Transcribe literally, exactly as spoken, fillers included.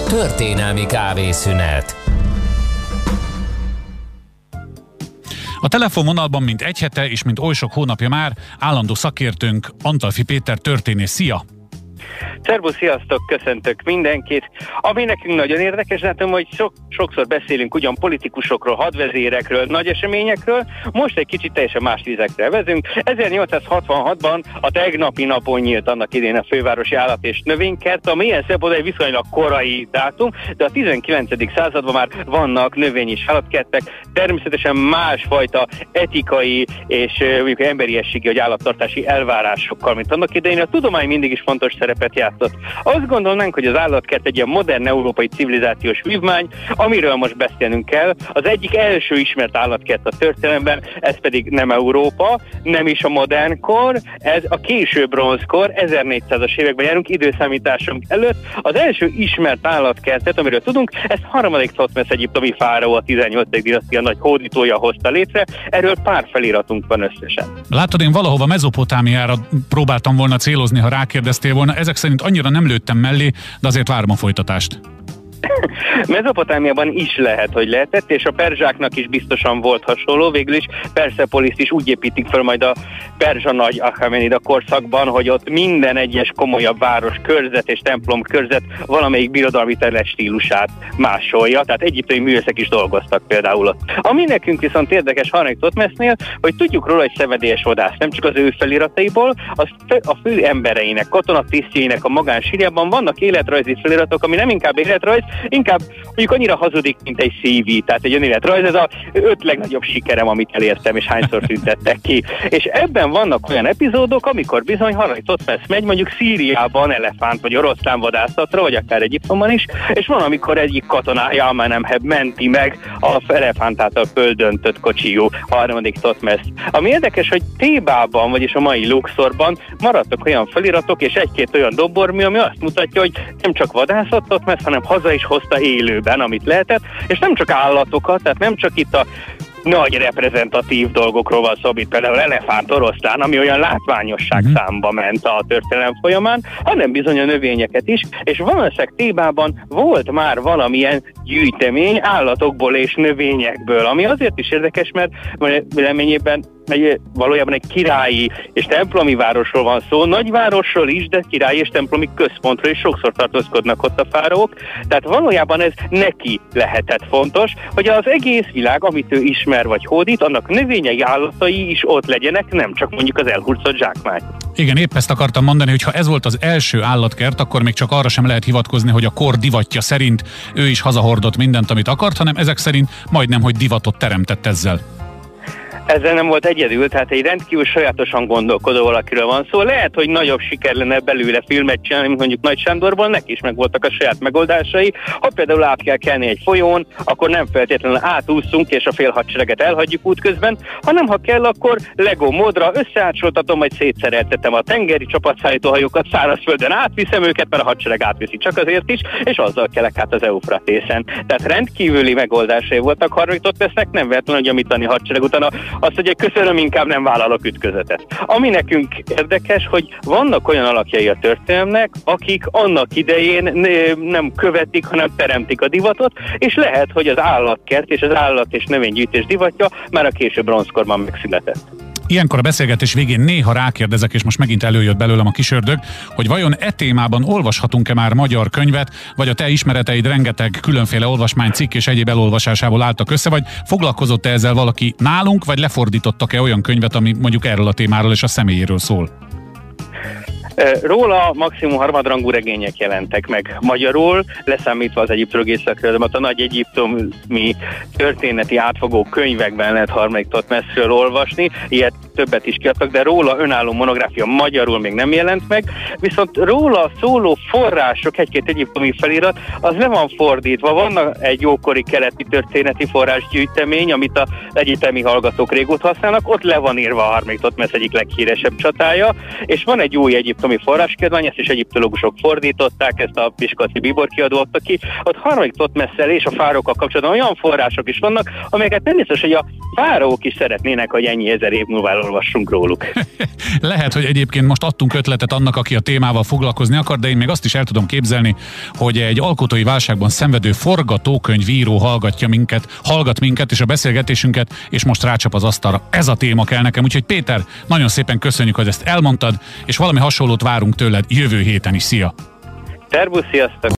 Történelmi kávészünet. A telefonvonalban mint egy hete és mint oly sok hónapja már állandó szakértőnk Antalffy Péter történész. Szia! Szervusz, sziasztok, köszöntök mindenkit. Ami nekünk nagyon érdekes, látom, hogy sok, sokszor beszélünk ugyan politikusokról, hadvezérekről, nagy eseményekről, most egy kicsit teljesen más vizekre vezünk. ezernyolcszázhatvanhatban a tegnapi napon nyílt annak idén a fővárosi állat- és növénykert, ami ilyen szempontból egy viszonylag korai dátum, de a tizenkilencedik században már vannak növény- és állatkertek, természetesen másfajta etikai és mondjuk emberiességi vagy állattartási elvárásokkal, mint annak idején. A tudomány mindig is fontos szerepet játszott. Azt gondolnánk, hogy az állatkert egy ilyen modern európai civilizációs vívmány, amiről most beszélnünk kell. Az egyik első ismert állatkert a történelemben, ez pedig nem Európa, nem is a modern kor, ez a késő bronzkor, ezernégyszázas években járunk időszámításunk előtt. Az első ismert állatkertet, amiről tudunk, ezt harmadik Thotmesz egyiptomi fáraó, a tizennyolcadik dinasztia nagy hódítója hozta létre, erről pár feliratunk van összesen. Látod, én valahova Mezopotámiára próbáltam volna célozni, ha rákérdeztél volna, ezek szerint annyira nem lőttem mellé, de azért várom a folytatást. Mezopotámiában is lehet, hogy lehetett, és a perzsáknak is biztosan volt hasonló, végül is Perszepoliszt is úgy építik fel majd a perzsa nagy Achamenida korszakban, hogy ott minden egyes komolyabb város körzet és templom körzet valamelyik birodalmi terület stílusát másolja, tehát egyiptomi művészek is dolgoztak például ott. Ami nekünk viszont érdekes harmadik Thotmesznél, hogy tudjuk róla, hogy szenvedélyes vadász, nem csak az ő felirataiból, az a fő embereinek, katonatisztjeinek a magánsírjában vannak életrajzi feliratok, ami nem inkább életrajz, inkább mondjuk annyira hazudik, mint egy cé vé, tehát egy önéletrajz, ez az öt legnagyobb sikerem, amit elértem, és hányszor tüntettek ki. És ebben vannak olyan epizódok, amikor bizony harmadik Thotmesz megy mondjuk Szíriában elefánt vagy oroszlán vadászatra, vagy akár Egyiptomban is, és van, amikor egyik katonája, Amenemheb menti meg a elefánt által földöntött kocsiú harmadik Thotmesz. Ami érdekes, hogy Thébában, vagyis a mai Luxorban maradtak olyan feliratok és egy-két olyan dobormű, ami azt mutatja, hogy nem csak vadászott Thotmesz, hanem haza is hozta élőben, amit lehetett, és nem csak állatokat, tehát nem csak itt a nagy reprezentatív dolgokról van szó, mint például elefánt, oroszlán, ami olyan látványosság mm. számba ment a történelem folyamán, hanem bizony a növényeket is, és valószínűleg Thébában volt már valamilyen gyűjtemény állatokból és növényekből, ami azért is érdekes, mert véleményében egy, valójában egy királyi és templomi városról van szó, nagyvárosról is, de királyi és templomi központról is sokszor tartózkodnak ott a fáraók, tehát valójában ez neki lehetett fontos, hogy az egész világ, amit ő ismer vagy hódít, annak növényei, állatai is ott legyenek, nem csak mondjuk az elhurcolt zsákmány. Igen, épp ezt akartam mondani, hogy ha ez volt az első állatkert, akkor még csak arra sem lehet hivatkozni, hogy a kor divatja szerint ő is hazahordott mindent, amit akart, hanem ezek szerint majdnem, hogy divatot teremtett ezzel. Ezzel nem volt egyedül, tehát egy rendkívül sajátosan gondolkodó valakiről van szó. Lehet, hogy nagyobb siker lenne belőle filmet csinálni, mint mondjuk Nagy Sándorból, neki is megvoltak a saját megoldásai. Ha például át kell kelni egy folyón, akkor nem feltétlenül átúszunk és a fél hadsereget elhagyjuk útközben, hanem ha kell, akkor Lego módra összeátsoltatom, majd szétszereltetem a tengeri csapatszállítóhajókat, szárazföldön átviszem őket, mert a hadsereg átviszi csak azért is, és azzal kelek át az Eufratészen. Tehát rendkívüli megoldásai voltak harmadik Thotmesznek, nem véletlenül, hogy a mittani hadsereg utána azt, hogy köszönöm, inkább nem vállalok ütközetet. Ami nekünk érdekes, hogy vannak olyan alakjai a történelmnek, akik annak idején nem követik, hanem teremtik a divatot, és lehet, hogy az állatkert és az állat- és növénygyűjtés divatja már a késő bronzkorban megszületett. Ilyenkor a beszélgetés végén néha rákérdezek, és most megint előjött belőlem a kis ördög, hogy vajon e témában olvashatunk-e már magyar könyvet, vagy a te ismereteid rengeteg különféle olvasmánycikk és egyéb elolvasásából álltak össze, vagy foglalkozott-e ezzel valaki nálunk, vagy lefordítottak-e olyan könyvet, ami mondjuk erről a témáról és a személyéről szól? Róla maximum harmadrangú regények jelentek meg magyarul, leszámítva az egyiptomi északről, a nagy egyiptomi történeti átfogó könyvekben lehet harmadik Thotmeszről olvasni, ilyet többet is kiadtak, de róla önálló monográfia magyarul még nem jelent meg, viszont róla szóló források, egy-két egyiptomi felirat, az le van fordítva. Van egy jókori keleti történeti forrásgyűjtemény, amit az egyetemi hallgatók régóta használnak, ott le van írva a harmadik Thotmesz egyik leghíresebb csatája, és van egy új egyiptomi egyiptomi forráskiadvány, ezt is egyiptológusok fordították, ezt a Miskolci Bíbor kiadó adta ki. Ott harmadik Thotmesszel és a fáraókkal kapcsolatban olyan források is vannak, amelyeket nem biztos, hogy a fáraók is szeretnének, hogy ennyi ezer év múlva olvassunk róluk. Lehet, hogy egyébként most adtunk ötletet annak, aki a témával foglalkozni akar, de én még azt is el tudom képzelni, hogy egy alkotói válságban szenvedő forgatókönyvíró hallgatja minket, hallgat minket és a beszélgetésünket, és most rácsap az asztalra. Ez a téma kell nekem, úgyhogy Péter, nagyon szépen köszönjük, hogy ezt elmondtad, és valami hasonlót várunk tőled jövő héten is. Szia! Szervusz, sziasztok!